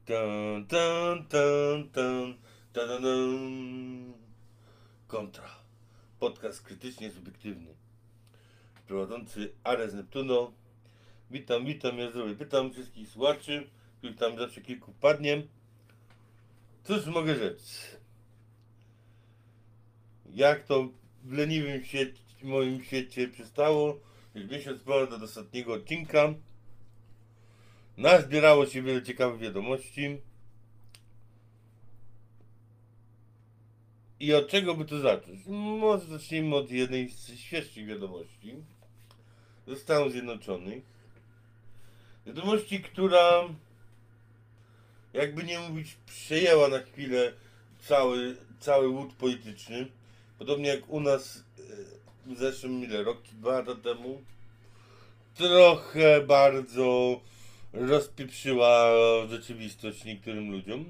Tan, tan, tan, tan, tadadam. Kontra. Podcast krytycznie subiektywny. Prowadzący Ares Neptuno. Witam, ja zdrowie. Pytam wszystkich słuchaczy, których tam zawsze kilku wpadnie. Cóż mogę rzec? Jak to w leniwym moim świecie przystało, już miesiąc ponad od ostatniego odcinka. Nazbierało się wiele ciekawych wiadomości. I od czego by to zacząć? Może zacznijmy od jednej z świeższych wiadomości ze Stanów Zjednoczonych. Wiadomości, która, jakby nie mówić, przejęła na chwilę cały łód polityczny. Podobnie jak u nas w zeszłym, rok czy 2 lata temu. Trochę bardzo rozpieprzyła rzeczywistość niektórym ludziom.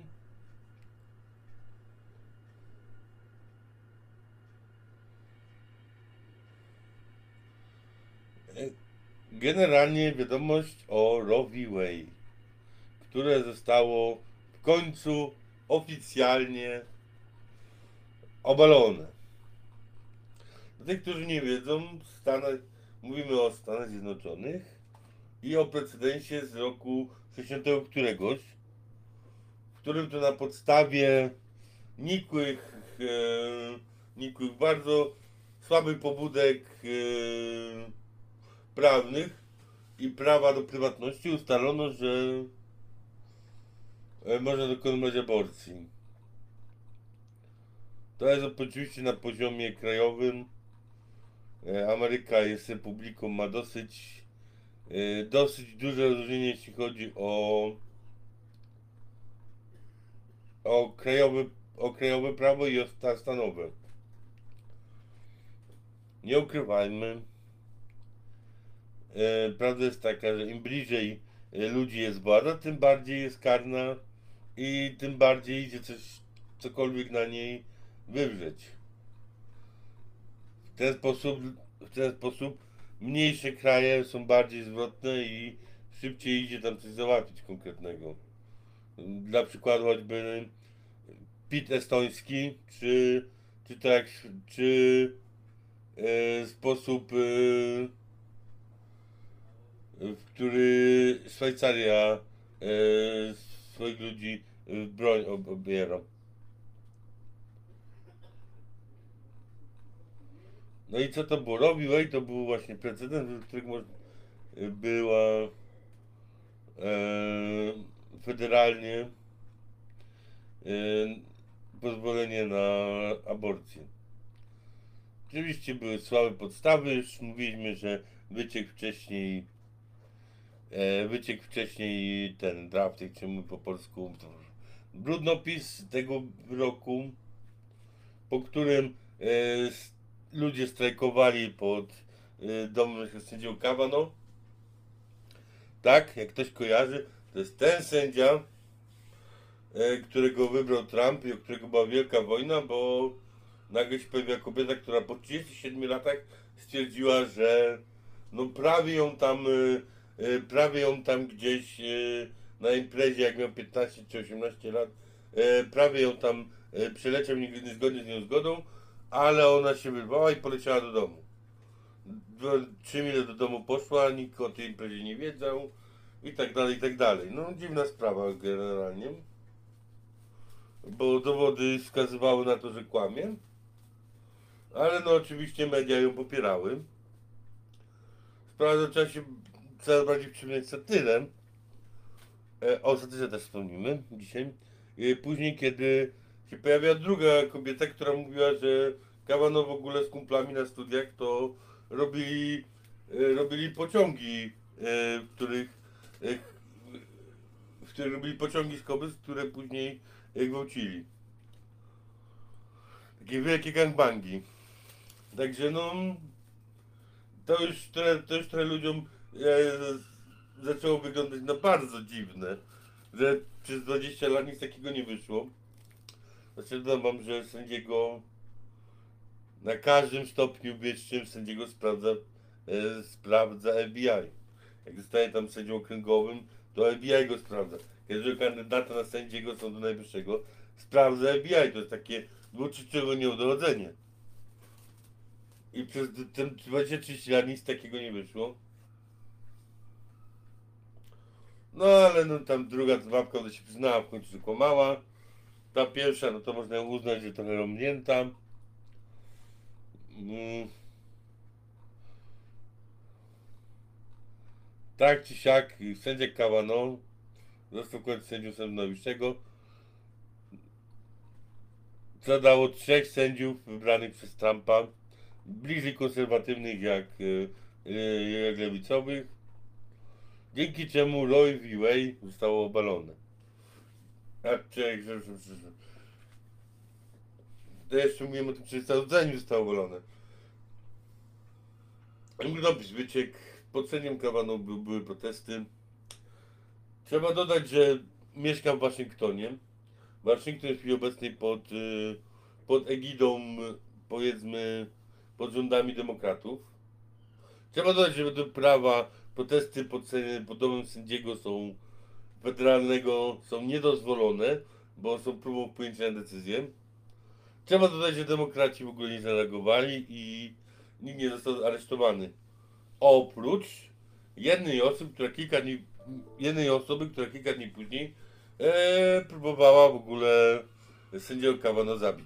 Generalnie wiadomość o Roe v. Wade, które zostało w końcu oficjalnie obalone. Dla tych, którzy nie wiedzą, mówimy o Stanach Zjednoczonych i o precedensie z roku 60 któregoś, w którym to na podstawie nikłych, bardzo słabych pobudek prawnych i prawa do prywatności ustalono, że można dokonywać aborcji. To jest oczywiście na poziomie krajowym. Ameryka jest republiką, ma dosyć duże rozróżnienie, jeśli chodzi o krajowe prawo i o stanowe. Nie ukrywajmy, prawda jest taka, że im bliżej ludzi jest władza, tym bardziej jest karna i tym bardziej idzie cokolwiek na niej wywrzeć. W ten sposób mniejsze kraje są bardziej zwrotne i szybciej idzie tam coś załatwić konkretnego. Dla przykładu choćby PIT estoński, czy sposób, w który Szwajcaria swoich ludzi w broń obiera. No i co to było? Roe v. Wade to był właśnie precedens, w którym była federalnie pozwolenie na aborcję. Oczywiście były słabe podstawy, już mówiliśmy, że wyciekł wcześniej ten draft, jak się mówi po polsku, brudnopis tego roku, po którym ludzie strajkowali pod domem sędziego Kavanaugh. Tak, jak ktoś kojarzy, to jest ten sędzia, którego wybrał Trump i o którego była wielka wojna, bo nagle się pojawiła kobieta, która po 37 latach stwierdziła, że no prawie ją tam gdzieś na imprezie, jak miał 15 czy 18 lat, prawie ją tam przeleciał niezgodnie z nią zgodą, ale ona się wyrwała i poleciała do domu. 3 mile do domu poszła, nikt o tej imprezie nie wiedział i tak dalej, i tak dalej. No dziwna sprawa generalnie, bo dowody wskazywały na to, że kłamie, ale no oczywiście media ją popierały. Sprawa zaczęła się coraz bardziej przypominać satyrę. O satyrze też wspomnimy dzisiaj. Później, kiedy się pojawia druga kobieta, która mówiła, że Kavanaugh w ogóle z kumplami na studiach to robili pociągi, e, w których robili pociągi z kobiet, które później gwałcili. Takie wielkie gangbangi. Także no, to już trochę ludziom zaczęło wyglądać na bardzo dziwne, że przez 20 lat nic takiego nie wyszło. Znaczy dodam wam, że sędziego na każdym stopniu wyższym sędziego sprawdza FBI. Jak zostaje tam sędzią okręgowym, to FBI go sprawdza. Kiedy kandydata na sędziego Sądu Najwyższego sprawdza FBI, to jest takie dwuczyściowe nieudochodzenie. I przez ten 20-30 lat nic takiego nie wyszło. No ale no tam druga babka, ona się przyznała w końcu, że kłamała. Ta pierwsza, no to można ją uznać, że trochę romnięta. Tak czy siak, sędzia Kavanaugh został w końcu sędzią Sądu Najwyższego. Co dało 3 sędziów wybranych przez Trumpa, bliżej konserwatywnych jak lewicowych, dzięki czemu Roe v. Wade zostało obalone. To jeszcze mówiłem o tym przekształceniu, zostało obalone. Robisz wyciek, pod sędzią Kavanaugh były protesty. Trzeba dodać, że mieszkam w Waszyngtonie. Waszyngton jest w chwili obecnej pod egidą, powiedzmy, pod rządami demokratów. Trzeba dodać, że według prawa protesty pod domem sędziego federalnego są niedozwolone, bo są próbą wpłynięcia na decyzję. Trzeba dodać, że demokraci w ogóle nie zareagowali i nikt nie został aresztowany. Oprócz jednej osoby, która kilka dni później próbowała w ogóle sędziego Kavanaugh zabić.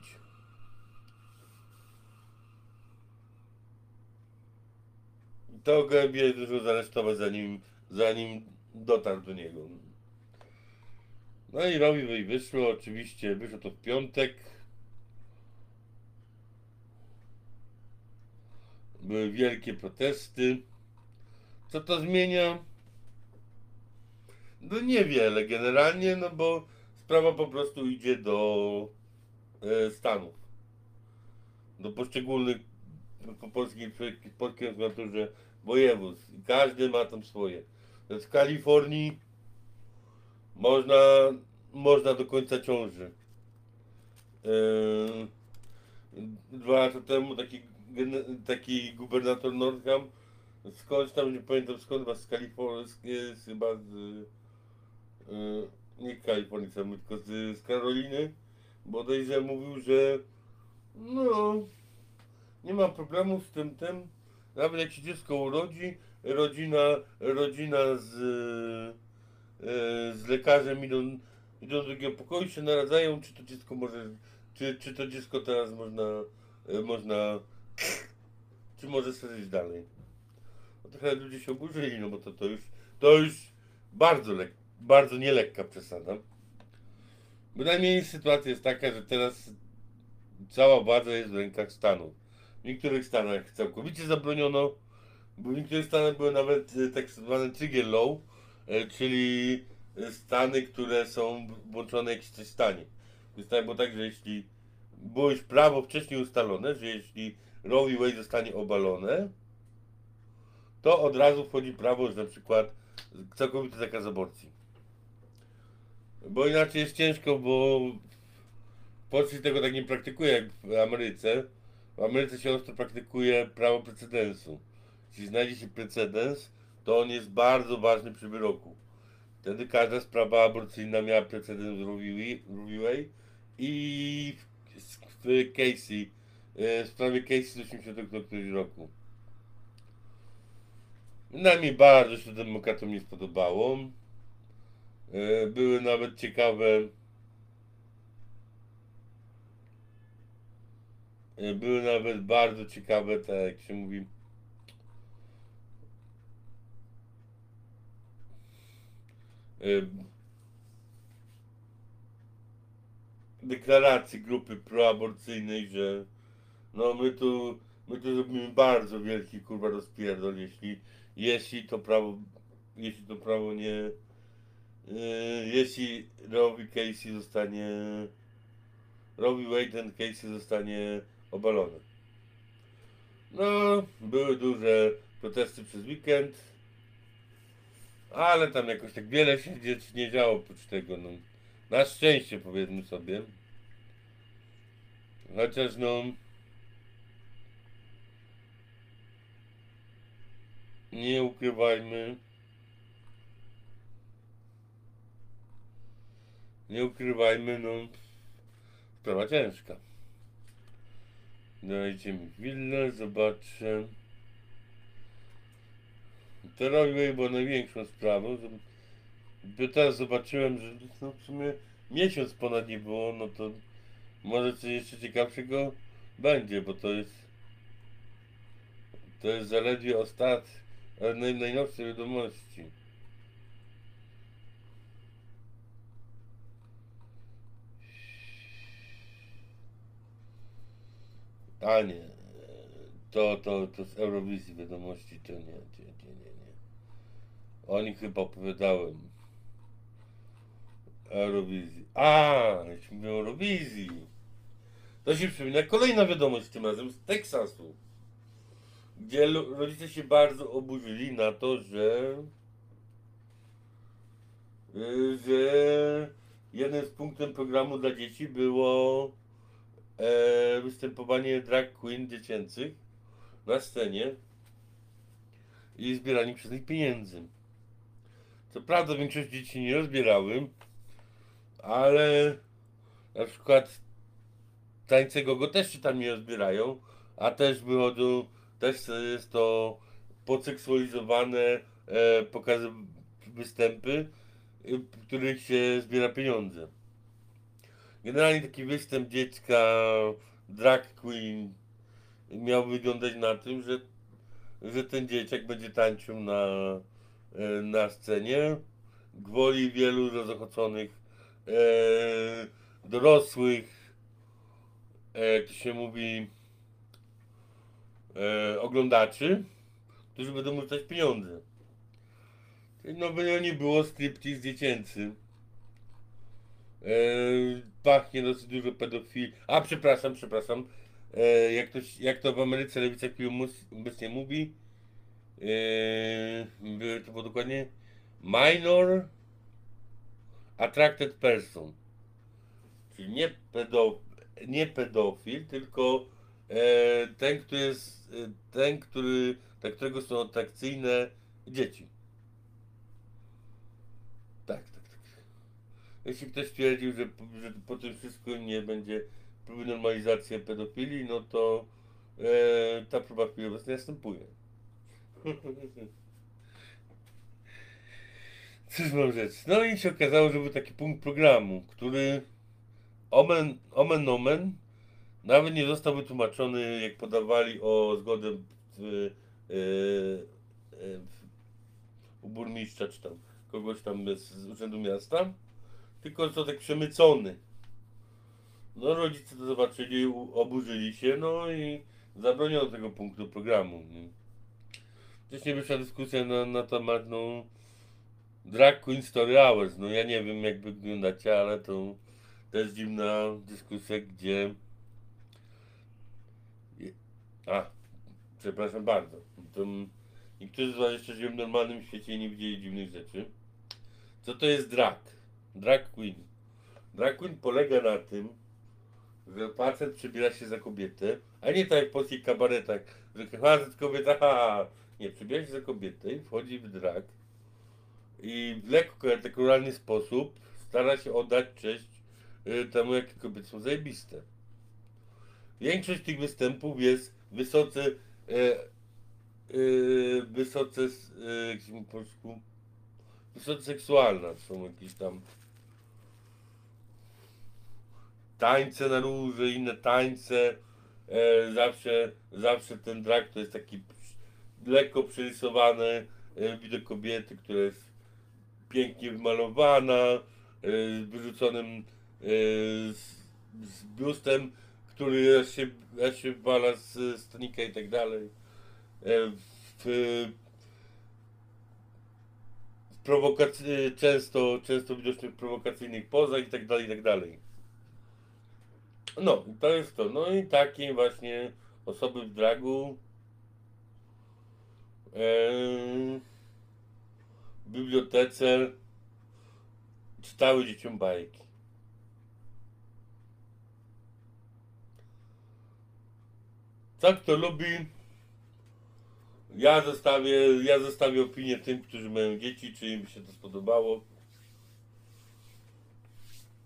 To go FBI zdążył zaresztować zanim dotarł do niego. No i Roe v. Wade wyszło, oczywiście wyszło to w piątek. Były wielkie protesty. Co to zmienia? No niewiele generalnie, no bo sprawa po prostu idzie do Stanów. Do poszczególnych po polskiej naturze województw. I każdy ma tam swoje. W Kalifornii można do końca ciąży. 2 lata temu taki gubernator Northam, skądś tam, nie pamiętam skąd, chyba z Kalifornii, chyba nie Kalifornii, tylko z Karoliny, bodajże mówił, że no nie ma problemu z tym, nawet jak się dziecko urodzi, rodzina z lekarzem idą do drugiego pokoju, się naradzają, czy to dziecko może, czy to dziecko teraz można, czy może sobie dalej. No trochę ludzie się oburzyli, no bo to już bardzo nielekka przesada. Bynajmniej sytuacja jest taka, że teraz cała władza jest w rękach Stanów. W niektórych stanach całkowicie zabroniono, bo w niektórych stanach były nawet tak zwane trigger law, czyli stany, które są włączone jak coś stanie. Więc tak było tak, że jeśli było już prawo wcześniej ustalone, że jeśli Roe v. Wade zostanie obalone, to od razu wchodzi prawo, że na przykład całkowity zakaz aborcji. Bo inaczej jest ciężko, bo w Polsce tego tak nie praktykuje jak w Ameryce. W Ameryce się ostro praktykuje prawo precedensu. Jeśli znajdzie się precedens, to on jest bardzo ważny przy wyroku. Wtedy każda sprawa aborcyjna miała precedens Roe v. Wade i w sprawie Casey z 80 któregoś roku. Najmniej bardzo się demokratom nie spodobało. Były nawet bardzo ciekawe, tak jak się mówi, deklaracje grupy proaborcyjnej, że no my tu zrobimy bardzo wielki kurwa rozpierdol, jeśli to prawo nie jeśli Roe v. Wade and Casey zostanie obalony. No, były duże protesty przez weekend, ale tam jakoś tak wiele się nie działo oprócz tego, no. Na szczęście, powiedzmy sobie. Chociaż no nie ukrywajmy, Nie ukrywajmy, no, sprawa ciężka. Dajcie mi chwilę, zobaczę. To Railway było największą sprawą. Bo teraz zobaczyłem, że no w sumie miesiąc ponad nie było, no to może coś jeszcze ciekawszego będzie, bo to jest zaledwie najnowsze wiadomości. A nie, to z Eurowizji wiadomości, to nie. O nich chyba opowiadałem. Eurowizji. Jeśli mówię o Eurowizji, to się przypomina kolejna wiadomość, tym razem z Teksasu, gdzie rodzice się bardzo oburzyli na to, że jednym z punktów programu dla dzieci było występowanie drag queen dziecięcych na scenie i zbieranie przez nich pieniędzy. Co prawda większość dzieci nie rozbierały, ale na przykład tańce gogo też się tam nie rozbierają, a też też jest to podseksualizowane pokazy, występy, w których się zbiera pieniądze. Generalnie taki występ dziecka drag queen miał wyglądać na tym, że ten dzieciak będzie tańczył na scenie gwoli wielu rozochoconych dorosłych, jak to się mówi, oglądaczy, którzy będą rzucać pieniądze. No by nie było striptease dziecięcy. Pachnie dosyć dużo pedofilii. Przepraszam. Jak to w Ameryce lewica obecnie mówi, to było dokładnie minor attracted person. Czyli nie pedofil, tylko ten, który jest dla którego są atrakcyjne dzieci. Tak. Jeśli ktoś twierdził, że po tym wszystkim nie będzie próby normalizacji pedofilii, no to ta próba w chwili obecnej następuje. Cóż mam rzec? No i się okazało, że był taki punkt programu, który omen nawet nie został wytłumaczony, jak podawali o zgodę u burmistrza, czy tam kogoś tam z urzędu miasta, tylko został tak przemycony. No rodzice to zobaczyli, oburzyli się, no i zabroniono tego punktu programu. Wcześniej wyszła dyskusja na temat, Drag Queen Story Hours. No ja nie wiem, jak wyglądacie, ale to jest dziwna dyskusja, gdzie... Przepraszam bardzo. Niektórzy z was jeszcze żyją w normalnym świecie i nie widzieli dziwnych rzeczy. Co to jest drag? Drag Queen. Drag Queen polega na tym, że facet przebiera się za kobietę, a nie tak jak w polskich kabaretach, że facet kobieta, nie, przebiera się za kobietę i wchodzi w drag i w lekko naturalny sposób stara się oddać cześć temu, jakie kobiety są zajebiste. Większość tych występów jest jak się mówi po polsku, wysoce seksualna. Są jakieś tam tańce na róże, inne tańce. Zawsze ten drag to jest taki lekko przerysowany widok kobiety, która jest pięknie wymalowana, z wyrzuconym z biustem, który aż się wala z stonika i tak dalej. W często widocznych prowokacyjnych pozach i tak dalej. No, to jest to. No i takie właśnie osoby w dragu w bibliotece czytały dzieciom bajki. Co kto lubi, ja zostawię opinię tym, którzy mają dzieci, czy im się to spodobało.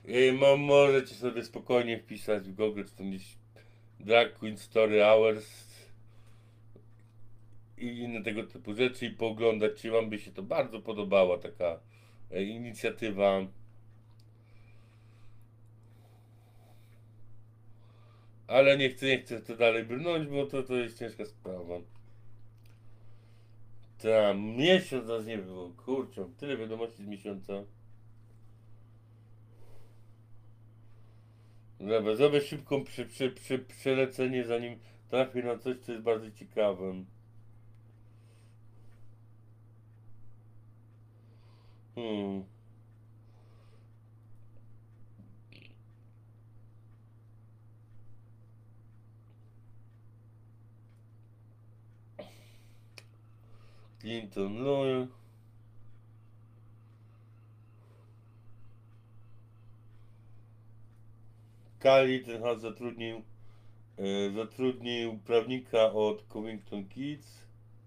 Możecie sobie spokojnie wpisać w Google, czy tam gdzieś Drag Queen Story Hours i inne tego typu rzeczy i pooglądać, czy wam by się to bardzo podobała taka inicjatywa. Ale nie chcę to dalej brnąć, bo to jest ciężka sprawa. Tam miesiąc nas nie było, kurczę, tyle wiadomości z miesiąca. Dobra, zrobię szybką przelecenie, zanim trafię na coś, co jest bardzo ciekawe. Hmm. Clinton Lawyer. Kali ten has zatrudnił prawnika od Covington Kids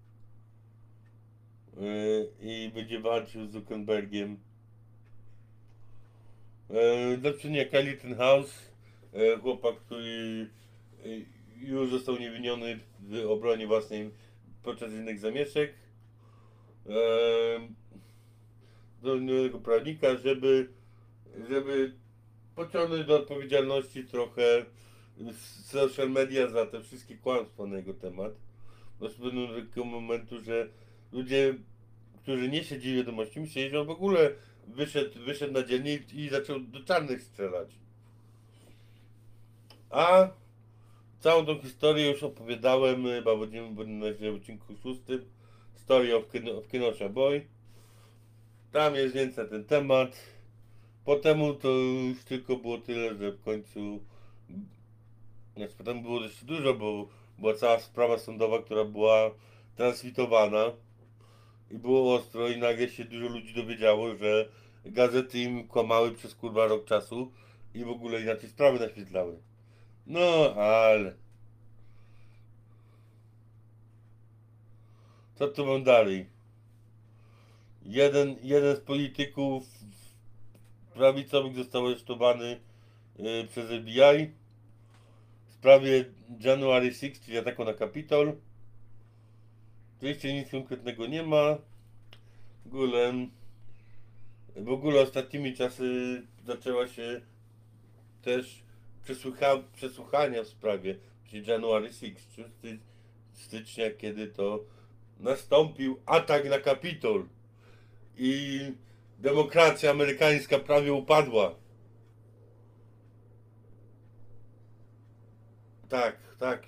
i będzie walczył z Zuckerbergiem. Znaczy nie, Kali ten House, chłopak, który już został niewiniony w obronie własnej podczas innych zamieszek. Do innego prawnika, żeby pociągnąć do odpowiedzialności trochę social media za te wszystkie kłamstwa na jego temat. Doszło do takiego momentu, że ludzie, którzy nie śledzili wiadomości, myśleli, że on w ogóle wyszedł na dzielnie i zaczął do czarnych strzelać. A całą tą historię już opowiadałem chyba w odcinku 6, Story of Kenosha Boy. Tam jest więcej na ten temat. Potem to już tylko było tyle, że w końcu, znaczy potem było dość dużo, bo była cała sprawa sądowa, która była transmitowana i było ostro i nagle się dużo ludzi dowiedziało, że gazety im kłamały przez kurwa rok czasu i w ogóle inaczej sprawy naświetlały. No ale co tu mam dalej? Jeden z polityków prawicowych został aresztowany przez FBI w sprawie January 6, czyli ataku na Kapitol. Oczywiście nic konkretnego nie ma. W ogóle ostatnimi czasy zaczęła się też przesłuchania w sprawie, czyli January 6, 6 stycznia, kiedy to nastąpił atak na Kapitol i demokracja amerykańska prawie upadła. Tak, tak.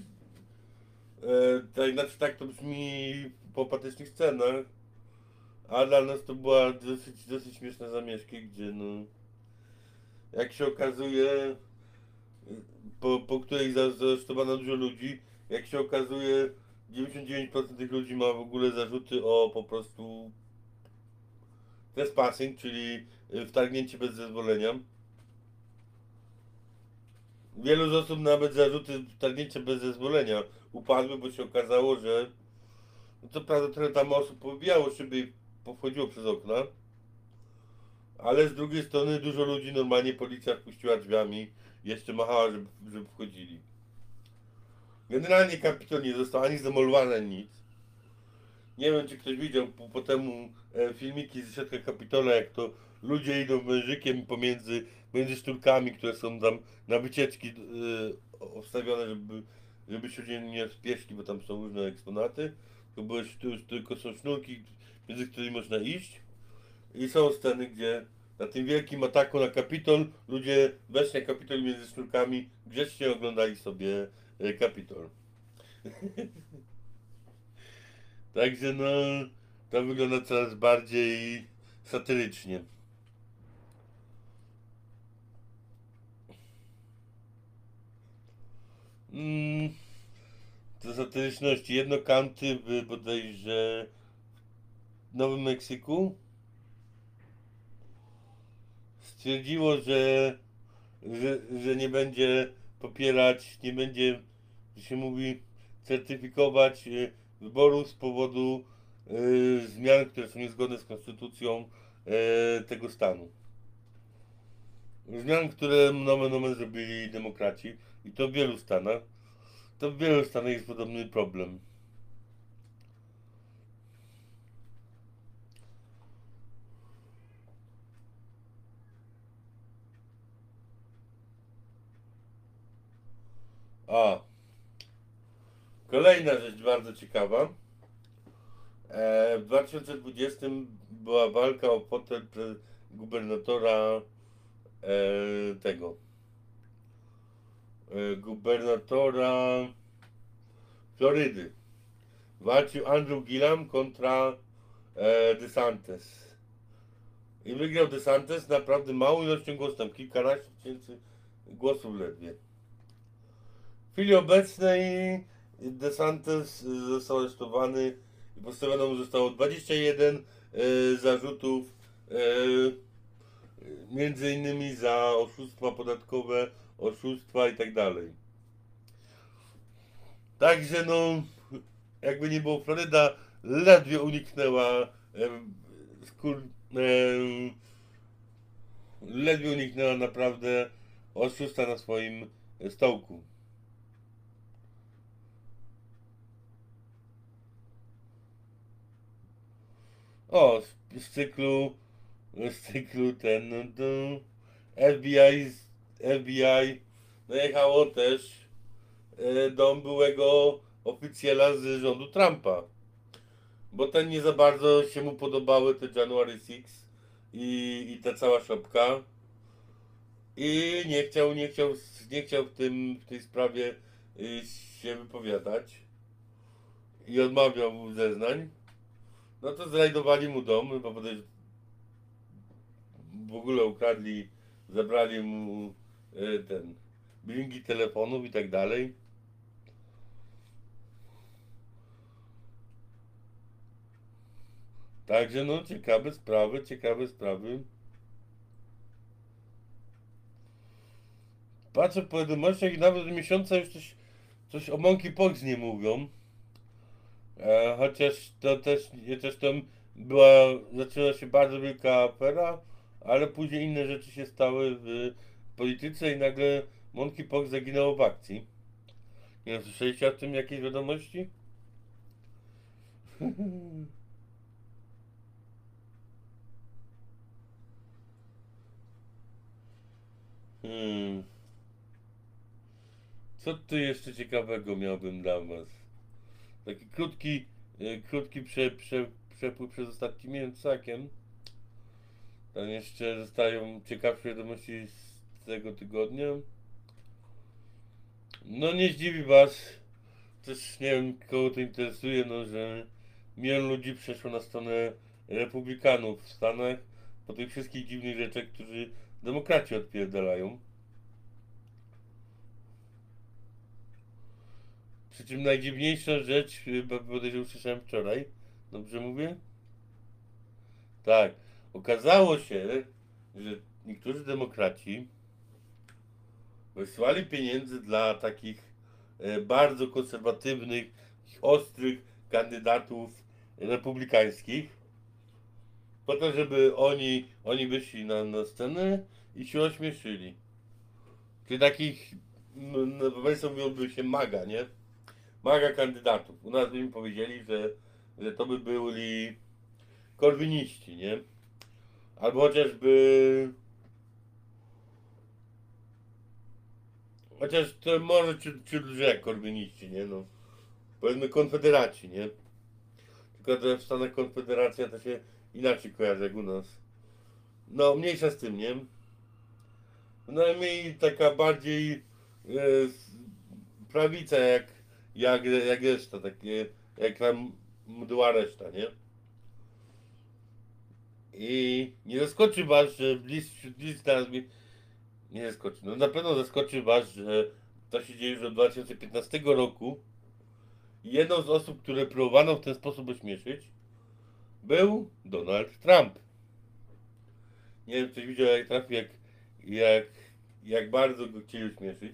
Znaczy tak to brzmi po patycznych scenach, a dla nas to była dosyć śmieszna zamieszki, gdzie no, jak się okazuje, po której zaaresztowano dużo ludzi, jak się okazuje, 99% tych ludzi ma w ogóle zarzuty o po prostu trespassing, czyli wtargnięcie bez zezwolenia. Wielu z osób nawet zarzuty wtargnięcia bez zezwolenia upadły, bo się okazało, że no co prawda trochę tam osób powybijało szyby i powchodziło przez okna, ale z drugiej strony dużo ludzi normalnie policja wpuściła drzwiami, jeszcze machała, żeby wchodzili. Generalnie Kapitol nie został ani zdemolowany, ani nic. Nie wiem, czy ktoś widział potem filmiki z środka Kapitola, jak to ludzie idą wężykiem między szturkami, które są tam na wycieczki obstawione, żeby się ludzie nie spieszli, bo tam są różne eksponaty. Tylko są sznurki, między którymi można iść. I są sceny, gdzie na tym wielkim ataku na Kapitol ludzie weszli na Kapitol między sznurkami, grzecznie oglądali sobie Kapitol. Także no, to wygląda coraz bardziej satyrycznie. Mm, to satyryczności. Jedno county bodajże w Nowym Meksyku stwierdziło, że nie będzie popierać, nie będzie, jak się mówi, certyfikować wyborów z powodu zmian, które są niezgodne z konstytucją tego stanu. Zmian, które nomen omen zrobili demokraci i to w wielu stanach. To w wielu stanach jest podobny problem. A, kolejna rzecz bardzo ciekawa. W 2020 była walka o fotel gubernatora tego. Gubernatora Florydy. Walczył Andrew Gillum kontra DeSantis. I wygrał DeSantis naprawdę małą ilością głosów, tam kilkanaście tysięcy głosów ledwie. W chwili obecnej DeSantis został aresztowany i postawiono mu zostało 21 zarzutów, między innymi za oszustwa podatkowe, oszustwa i tak dalej. Także no, jakby nie było, Floryda ledwie uniknęła ledwie uniknęła naprawdę oszusta na swoim stołku. O, z cyklu ten, no to FBI najechało też dom byłego oficjela z rządu Trumpa. Bo ten nie za bardzo się mu podobały te January 6 i ta cała szopka. I nie chciał w tej sprawie się wypowiadać. I odmawiał zeznań. No to zrajdowali mu dom, chyba w ogóle ukradli, zabrali mu ten bilingi telefonów i tak dalej. Także no ciekawe sprawy. Patrzę po wiadomościach i nawet od miesiąca już coś o monkeypox nie mówią. Chociaż to też tam zaczęła się bardzo wielka afera, ale później inne rzeczy się stały w polityce i nagle monkeypox zaginęło w akcji. Nie wiem, słyszeliście o tym jakieś wiadomości? Hmm. Co tu jeszcze ciekawego miałbym dla was? Taki krótki przepływ przez ostatni mięsakiem. Tam jeszcze zostają ciekawsze wiadomości z tego tygodnia. No nie zdziwi was, też nie wiem kogo to interesuje, no że milion ludzi przeszło na stronę republikanów w Stanach po tych wszystkich dziwnych rzeczach, którzy demokraci odpierdalają. Przy czym najdziwniejsza rzecz, bodajże usłyszałem wczoraj, dobrze mówię? Tak, okazało się, że niektórzy demokraci wysłali pieniędzy dla takich bardzo konserwatywnych, ostrych kandydatów republikańskich, po to, żeby oni wyszli na scenę i się ośmieszyli. Czyli takich, no, Państwo mówiłoby się MAGA, nie? MAGA kandydatów. U nas by mi powiedzieli, że to by byli korwiniści, nie? Albo chociaż to może ciut lżej jak korwiniści, nie? No, powiedzmy konfederaci, nie? Tylko że w Stanach konfederacja to się inaczej kojarzy jak u nas. No, mniejsza z tym, nie? Najmniej taka bardziej prawica jak reszta, takie jak tam mdła reszta, nie? I nie zaskoczy was, że wśród teraz nie zaskoczy. No na pewno zaskoczy was, że to się dzieje już od 2015 roku. Jedną z osób, które próbowano w ten sposób ośmieszyć, był Donald Trump. Nie wiem, czy ktoś widział jak trafił, jak bardzo go chcieli ośmieszyć.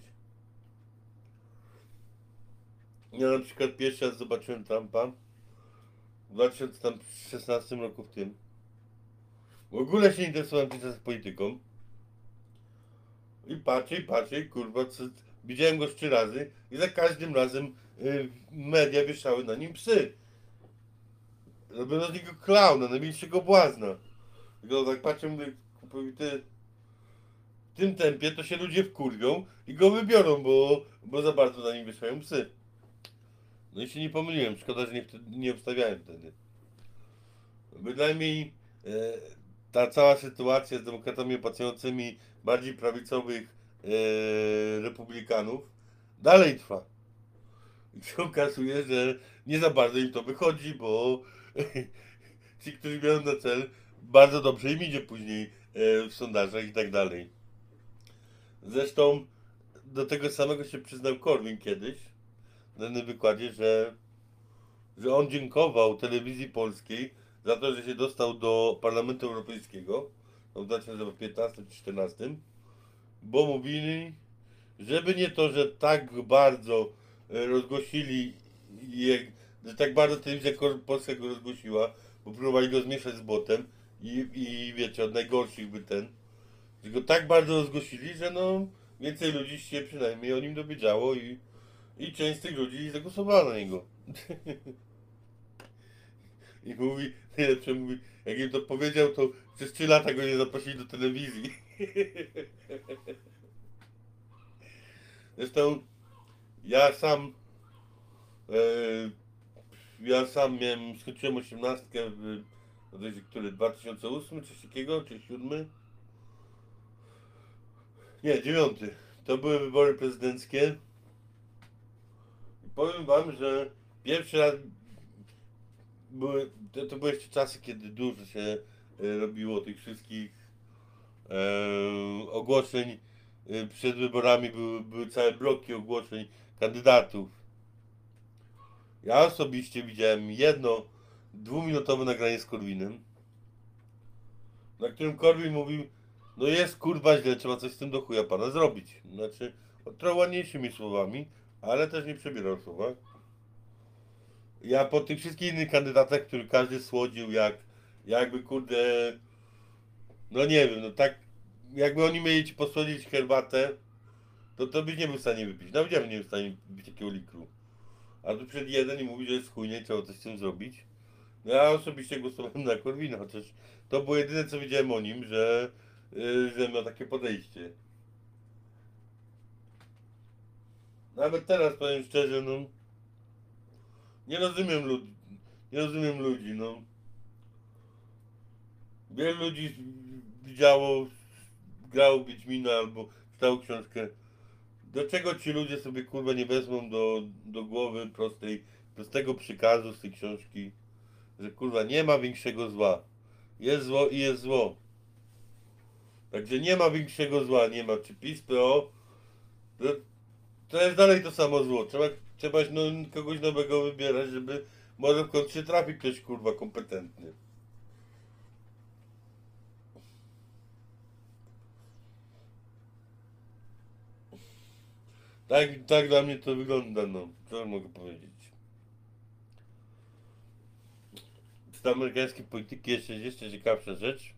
Ja na przykład pierwszy raz zobaczyłem Trumpa w 2016 roku w tym. W ogóle się nie interesowałem w polityką. I patrzę, i kurwa, widziałem go 3 razy i za każdym razem media wieszały na nim psy. Robią z niego klauna, największego błazna. Tylko tak patrzę, mówię, ty, w tym tempie to się ludzie wkurwią i go wybiorą, bo za bardzo na nim wieszają psy. No i się nie pomyliłem, szkoda, że nie obstawiałem wtedy. Bynajmniej ta cała sytuacja z demokratami opłacającymi bardziej prawicowych republikanów dalej trwa. I się okazuje, że nie za bardzo im to wychodzi, bo ci, którzy mają na cel, bardzo dobrze im idzie później w sondażach i tak dalej. Zresztą do tego samego się przyznał Korwin kiedyś na jednym wykładzie, że on dziękował telewizji polskiej za to, że się dostał do Parlamentu Europejskiego w 2015 czy 2014, bo mówili, żeby nie to, że tak bardzo rozgłosili, że tak bardzo telewizja polska go rozgłosiła, bo próbowali go zmieszać z botem i wiecie, od najgorszych by że go tak bardzo rozgłosili, że no więcej ludzi się przynajmniej o nim dowiedziało i część z tych ludzi zagłosowała na niego. I mówi, najlepsze mówi, jak im to powiedział, to przez 3 lata go nie zaprosili do telewizji. Zresztą ja sam e, skończyłem 18 który 2008 czy coś takiego, czy 7? Nie, 9. To były wybory prezydenckie. I powiem wam, że pierwszy raz to były jeszcze czasy, kiedy dużo się robiło tych wszystkich ogłoszeń. Przed wyborami były całe bloki ogłoszeń kandydatów. Ja osobiście widziałem jedno 2-minutowe nagranie z Korwinem, na którym Korwin mówił, no jest kurwa źle, trzeba coś z tym do chuja pana zrobić. Znaczy, trochę ładniejszymi słowami, ale też nie przebierał słowa. Ja po tych wszystkich innych kandydatach, który każdy słodził jakby kurde, no nie wiem, no tak jakby oni mieli ci posłodzić herbatę, to byś nie był w stanie wypić. Nawet ja bym nie był w stanie wypić takiego likru. A tu przed jeden i mówi, że jest chujnie, trzeba coś z tym zrobić. No ja osobiście głosowałem na Korwina, chociaż to było jedyne co wiedziałem o nim, że miał takie podejście. Nawet teraz powiem szczerze, no nie rozumiem ludzi, no. Wielu ludzi widziało, grało Wiedźmina albo czytało książkę. Dlaczego ci ludzie sobie kurwa nie wezmą do głowy prostego przykazu z tej książki, że kurwa nie ma większego zła. Jest zło i jest zło. Także nie ma większego zła, nie ma czy PiS, PO. To jest dalej to samo zło. Trzeba no, kogoś nowego wybierać, żeby może w końcu się trafi ktoś kurwa kompetentny. Tak dla mnie to wygląda, no. Co mogę powiedzieć? Z amerykańskiej polityki jeszcze ciekawsza rzecz.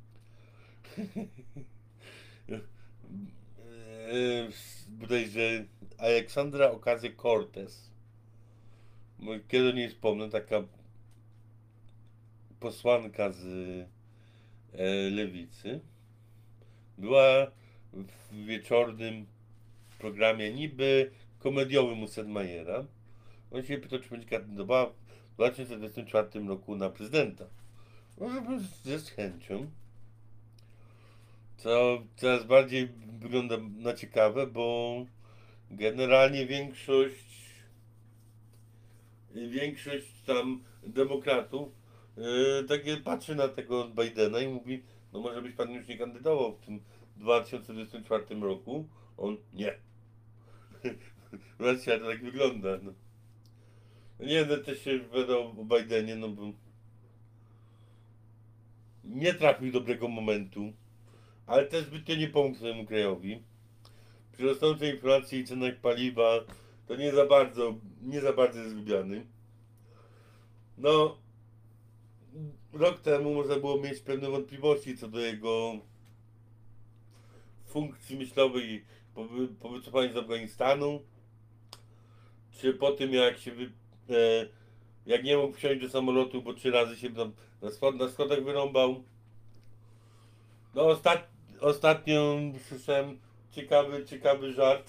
Bodajże Aleksandra Ocasio-Cortez. Kiedy nie wspomnę, taka posłanka z lewicy była w wieczornym programie niby komediowym u Sedmayera. On się pytał, czy będzie kandydowała w 2024 roku na prezydenta. Może z chęcią. Co coraz bardziej wygląda na ciekawe, bo generalnie większość tam demokratów takie patrzy na tego Bidena i mówi, no może byś pan już nie kandydował w tym 2024 roku. On nie. Racja, to tak wygląda. No. Nie będę też się wypowiadał o Bidenie, no bo nie trafił dobrego momentu, ale też zbytnio nie pomógł swojemu krajowi. Przy rosnącej inflacji i cenach paliwa to nie za bardzo jest lubiany. No, rok temu można było mieć pewne wątpliwości co do jego funkcji myślowej po wycofaniu z Afganistanu, czy po tym jak się jak nie mógł wsiąść do samolotu, bo 3 razy się tam na schodach wyrąbał. No ostatnio słyszałem ciekawy żart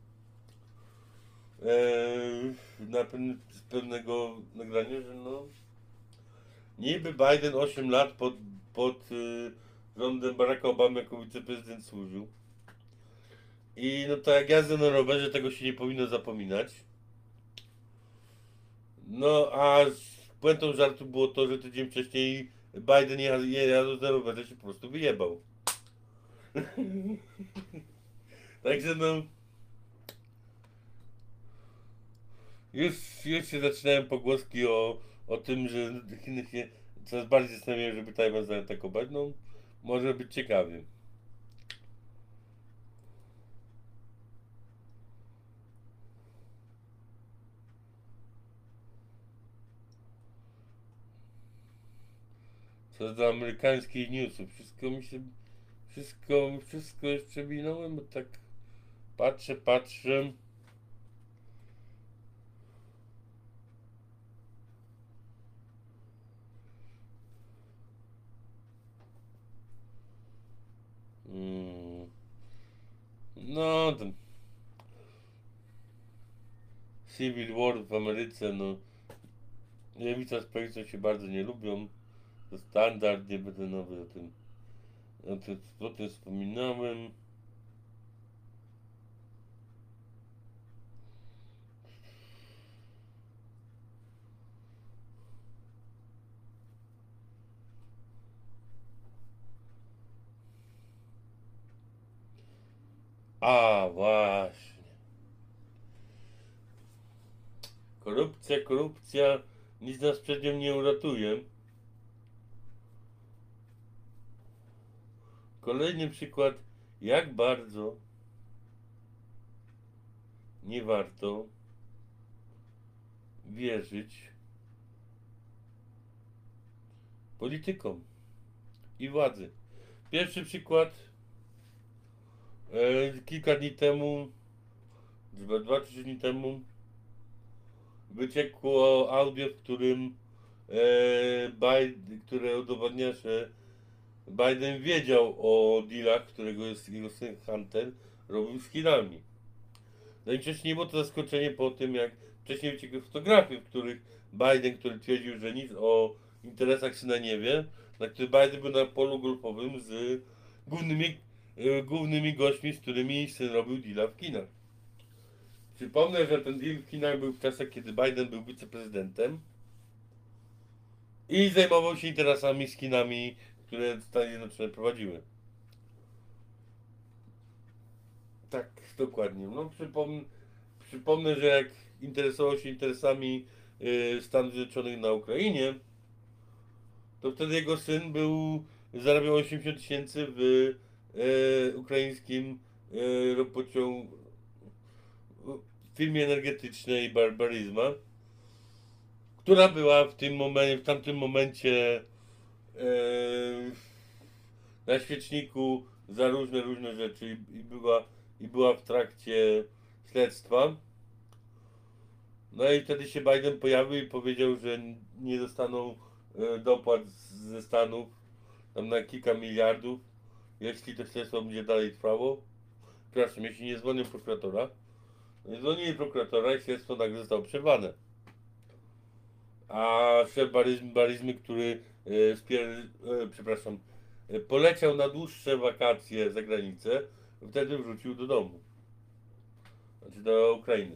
z pewnego nagrania, że no niby Biden 8 lat pod rządem Baracka Obamy jako wiceprezydent służył. I no to jak jazda na rowerze, tego się nie powinno zapominać. No a puentą żartu było to, że tydzień wcześniej Biden jadąc na rowerze się po prostu wyjebał. Także no już się zaczynają pogłoski o tym, że Chiny się coraz bardziej zastanawiają, żeby Tajwan zaatakować. No może być ciekawy. Co do amerykańskich newsów, wszystko już przewinąłem, bo tak patrzę. No, ten Civil War w Ameryce, no lewica z prawicą się bardzo nie lubią. To standard, nie będę nawet o tym wspominałem. A, właśnie. Korupcja, nic nas przed nią nie uratuje. Kolejny przykład, jak bardzo nie warto wierzyć politykom i władzy. Pierwszy przykład, kilka dni temu, 2 czy 3 dni temu, wyciekło audio, w którym które udowadnia, że Biden wiedział o dealach, którego jest jego syn Hunter robił z Chinami. No i wcześniej było to zaskoczenie po tym, jak wcześniej wyciekły fotografie, w których Biden, który twierdził, że nic o interesach syna nie wie, na który Biden był na polu golfowym z głównymi gośćmi, z którymi syn robił deala w Chinach. Przypomnę, że ten deal w Chinach był w czasach, kiedy Biden był wiceprezydentem i zajmował się interesami z Chinami, które Stany Zjednoczone prowadziły. Tak, dokładnie. No, przypomnę, że jak interesował się interesami Stanów Zjednoczonych na Ukrainie, to wtedy jego syn zarabiał 80 000 w ukraińskim firmie energetycznej Barbarizma, która była w tamtym momencie na świeczniku za różne rzeczy i była w trakcie śledztwa. No i wtedy się Biden pojawił i powiedział, że nie dostaną dopłat ze Stanów tam na kilka miliardów, jeśli to śledztwo będzie dalej trwało. Przepraszam, jeśli nie dzwonią prokuratora. Nie dzwonili prokuratora i śledztwo nagle zostało przerwane. A szef Barizmy, który poleciał na dłuższe wakacje za granicę, wtedy wrócił do domu. Znaczy do Ukrainy.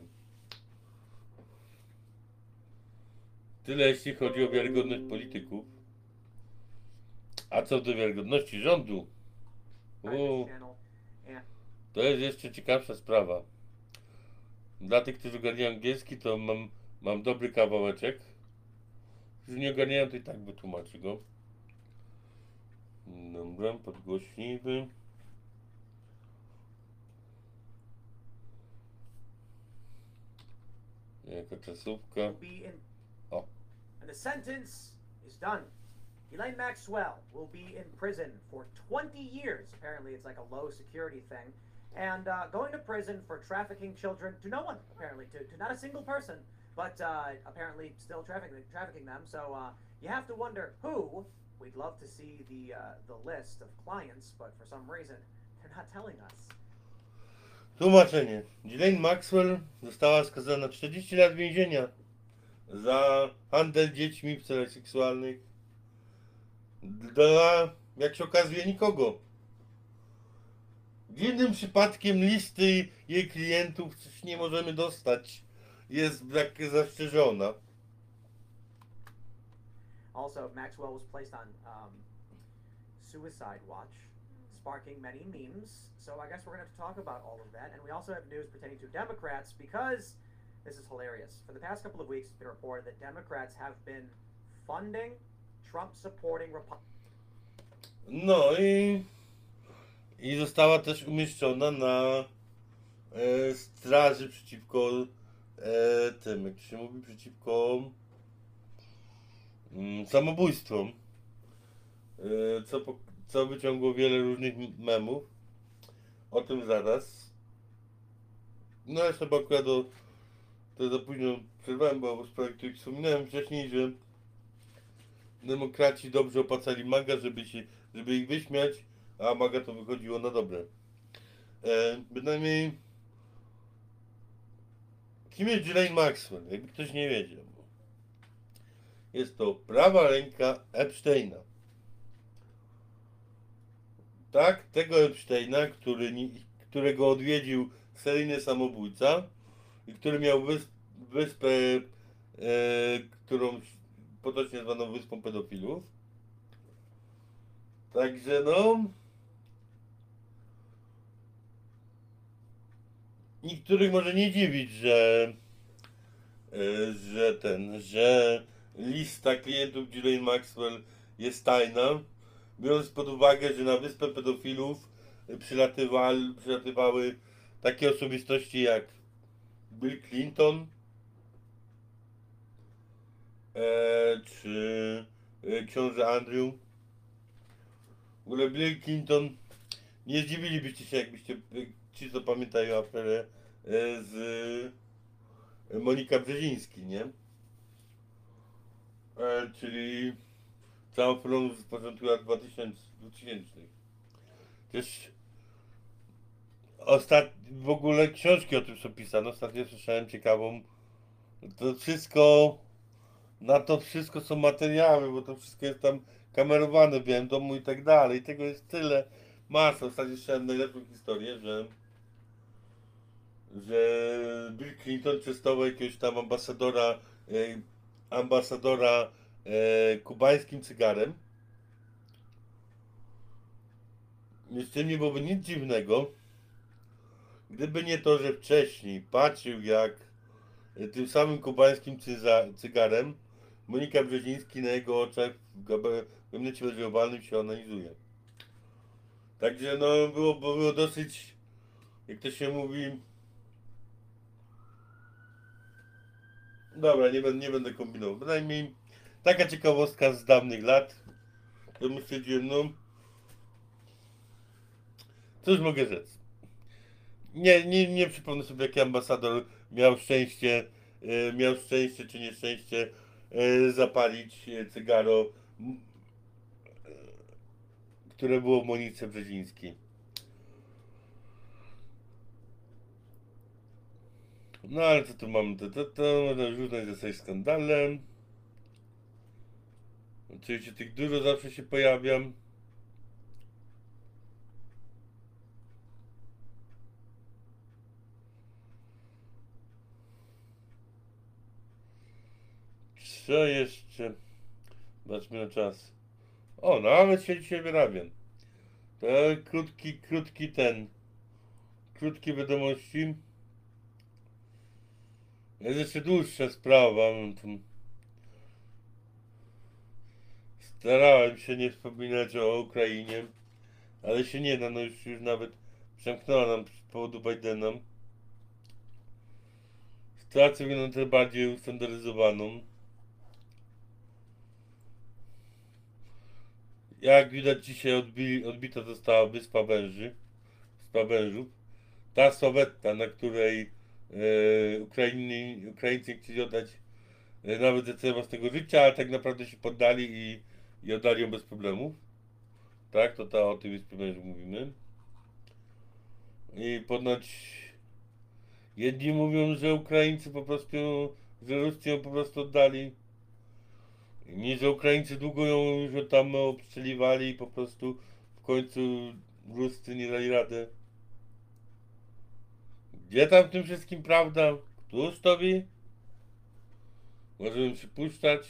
Tyle jeśli chodzi o wiarygodność polityków. A co do wiarygodności rządu? To jest jeszcze ciekawsza sprawa. Dla tych, którzy ogarniają angielski, to mam dobry kawałeczek. Którzy nie ogarniają, to i tak wytłumaczę go. Dobra, podgłośnijmy. Jaka czasówka. O. And the sentence is done. Ghislaine Maxwell will be in prison for 20 years. Apparently, it's like a low security thing. And going to prison for trafficking children to no one, apparently, to not a single person, but apparently still trafficking them. So you have to wonder who. We'd love to see the list of clients, but for some reason, they're not telling us. Tłumaczenie. Ghislaine Maxwell została skazana na 40 lat więzienia za handel dziećmi w celach seksualnych dla, jak się okazuje, nikogo. Dziwnym przypadkiem listy jej klientów coś nie możemy dostać. Jest tak zastrzeżona. Also, Maxwell was placed on suicide watch, sparking many memes. So I guess we're going to have to talk about all of that. And we also have news pertaining to Democrats because this is hilarious. For the past couple of weeks, it's been reported that Democrats have been funding Trump-supporting Republicans. No i została też umieszczona na straży przeciwko tym, jak się mówi, przeciwko samobójstwom, co wyciągło wiele różnych memów. O tym zaraz. No jeszcze bo akurat to za późno przerwałem, bo w sprawie, których wspominałem wcześniej, że demokraci dobrze opłacali MAGA, żeby ich wyśmiać, a MAGA to wychodziło na dobre. Bynajmniej kim jest Ghislaine Maxwell? Jakby ktoś nie wiedział. Jest to prawa ręka Epsteina. Tak, tego Epsteina, którego odwiedził seryjny samobójca i który miał wyspę, którą potocznie zwaną wyspą pedofilów. Także no... Niektórych może nie dziwić, że lista klientów Ghislaine Maxwell jest tajna, biorąc pod uwagę, że na wyspę pedofilów przylatywały takie osobistości jak Bill Clinton czy książę Andrew. W ogóle Bill Clinton, nie zdziwilibyście się, jakbyście ci, co pamiętają aferę z Monika Brzeziński, nie? Czyli całą aferą z początku lat 2000. Też w ogóle książki o tym są pisane. Ostatnio słyszałem ciekawą. Na to wszystko są materiały, bo to wszystko jest tam kamerowane w Białym Domu i tak dalej. Tego jest tyle. Masa. Ostatnio słyszałem najlepszą historię, że Bill Clinton testował jakiegoś tam ambasadora kubańskim cygarem. I z tym nie byłoby nic dziwnego, gdyby nie to, że wcześniej patrzył, jak tym samym kubańskim cygarem Monika Brzeziński na jego oczach w gabinecie bezwzględnym się analizuje. Także no było dosyć, jak to się mówi. Dobra, nie będę kombinował. Bynajmniej taka ciekawostka z dawnych lat. To my stwierdziłem, no cóż mogę rzec. Nie przypomnę sobie, jaki ambasador miał szczęście czy nieszczęście zapalić cygaro, które było w Monice Brzezińskiej. No ale co tu mamy? To różne jest coś skandalem. Oczywiście tych dużo zawsze się pojawiam. Co jeszcze? Zobaczmy na czas. O, nawet się dzisiaj wyrabiam. To krótkie wiadomości. Jest jeszcze dłuższa sprawa. Starałem się nie wspominać o Ukrainie, ale się nie da, no już nawet przemknęła nam z powodu Bidena. Sytuację wygląda bardziej ustandaryzowaną. Jak widać dzisiaj odbita została Wyspa Wężów. Ta Sowetta, na której Ukraińcy chcieli oddać nawet za cenę własnego życia, ale tak naprawdę się poddali i oddali ją bez problemów. Tak, to o tej Wyspie Wężów mówimy. I ponoć jedni mówią, że Ukraińcy po prostu, że Ruscy ją po prostu oddali. Nie, że Ukraińcy długo ją już tam obstrzeliwali i po prostu w końcu Ruscy nie dali rady. Gdzie tam w tym wszystkim prawda? Któż to wie? Możemy przypuszczać.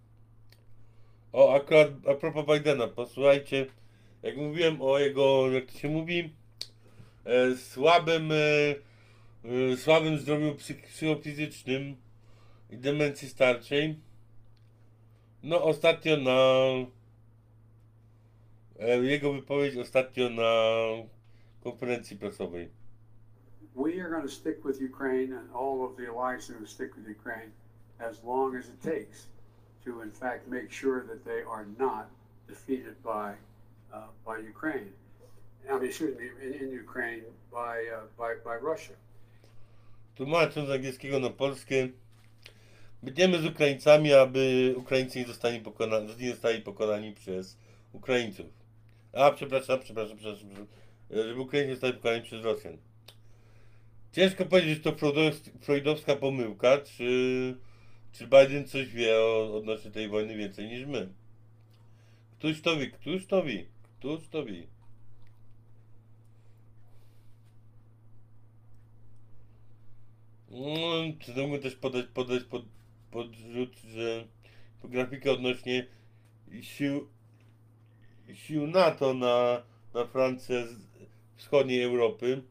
O, akurat a propos Bidena, posłuchajcie, jak mówiłem o jego, jak to się mówi, słabym zdrowiu psychofizycznym i demencji starczej. No ostatnio jego wypowiedź ostatnio na konferencji prasowej. We are going to stick with Ukraine, and all of the alliance are going to stick with Ukraine as long as it takes to, in fact, make sure that they are not defeated by Ukraine. I mean, excuse me, in Ukraine by Russia. Tłumacząc z angielskiego na polskie, będziemy z Ukraińcami, aby Ukraińcy nie zostali pokonani przez Ukraińców. A, przepraszam, żeby Ukraińcy nie zostali pokonani przez Rosjan. Ciężko powiedzieć, że to freudowska pomyłka, czy Biden coś wie odnośnie tej wojny więcej niż my. Któż to wie. Czy to mógł też podać podrzut, że grafika odnośnie sił NATO na Francję wschodniej Europy.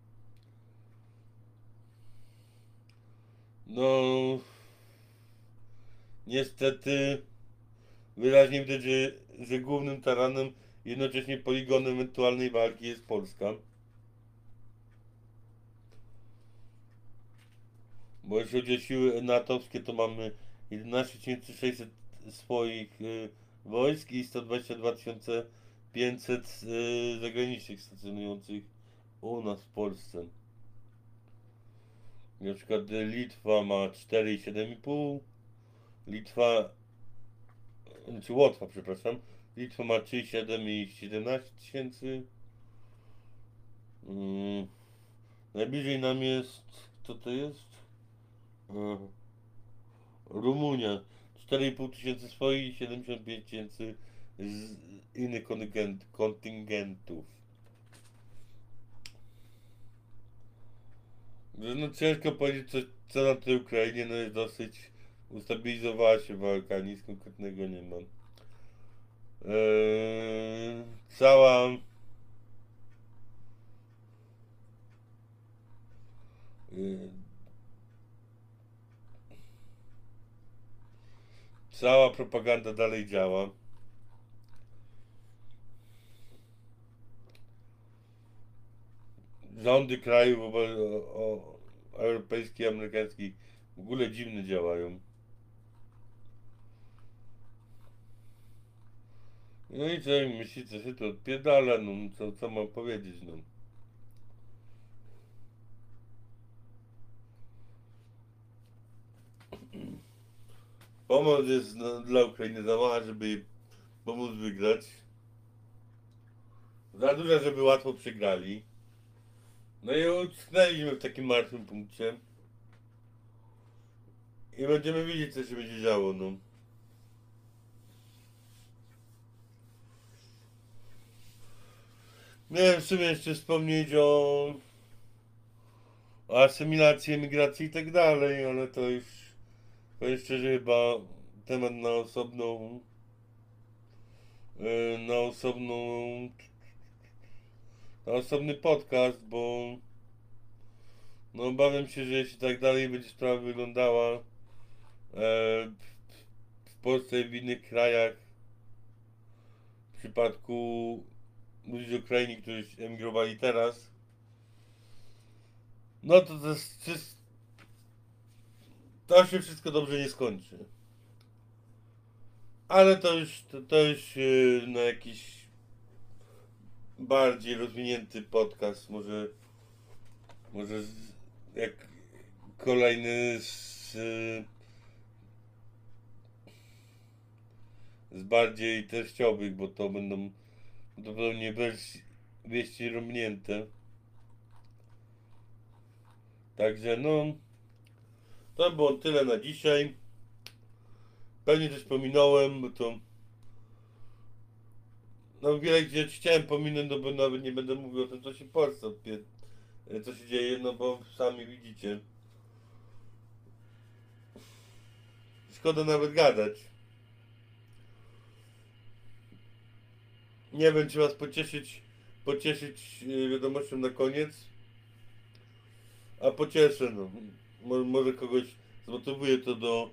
No niestety wyraźnie widać, że głównym taranem, jednocześnie poligonem ewentualnej walki jest Polska. Bo jeśli chodzi o siły natowskie, to mamy 11 600 swoich wojsk i 122 500 zagranicznych stacjonujących u nas w Polsce. Na przykład Litwa ma 4,7,5, Łotwa, przepraszam. Litwa ma 3,7 i 17 tysięcy. Najbliżej nam jest, co to jest? Rumunia. 4,5 tysięcy swoich i 75 tysięcy z innych kontyngentów. No ciężko powiedzieć, co na tej Ukrainie, no jest dosyć ustabilizowała się walka, nic konkretnego nie ma. Cała propaganda dalej działa. Rządy krajów europejskich i amerykańskich w ogóle dziwnie działają. No i co myślicie, że to odpierdala, no co mam powiedzieć, no. Pomoc jest dla Ukrainy za mała, żeby jej pomóc wygrać. Za duża, żeby łatwo przegrali. No i utknęliśmy w takim martwym punkcie. I będziemy widzieć, co się będzie działo, no. Miałem w sumie jeszcze wspomnieć o asymilacji, emigracji i tak dalej, ale to już powiem szczerze, chyba temat na osobny podcast, bo no obawiam się, że jeśli tak dalej będzie sprawa wyglądała w Polsce i w innych krajach, w przypadku ludzi z Ukrainy, którzy emigrowali teraz, no to się wszystko dobrze nie skończy. Ale to już na jakiś bardziej rozwinięty podcast, może jak kolejny z bardziej treściowych, bo to będą prawdopodobnie wieści romnięte. Także no, to było tyle na dzisiaj. Pewnie coś pominąłem, bo to no wiele gdzie chciałem pominąć, no bo nawet nie będę mówił o tym, co się w Polsce co się dzieje, no bo sami widzicie. Szkoda nawet gadać. Nie wiem, czy was pocieszyć wiadomością na koniec. A pocieszę, no. Może kogoś zmotywuje to do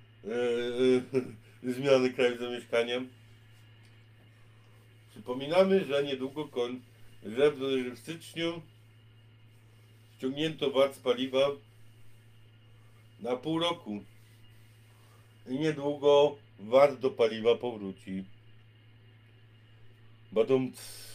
zmiany kraju zamieszkania. Przypominamy, że niedługo że w styczniu ściągnięto VAT z paliwa na pół roku. I niedługo VAT do paliwa powróci. Badum.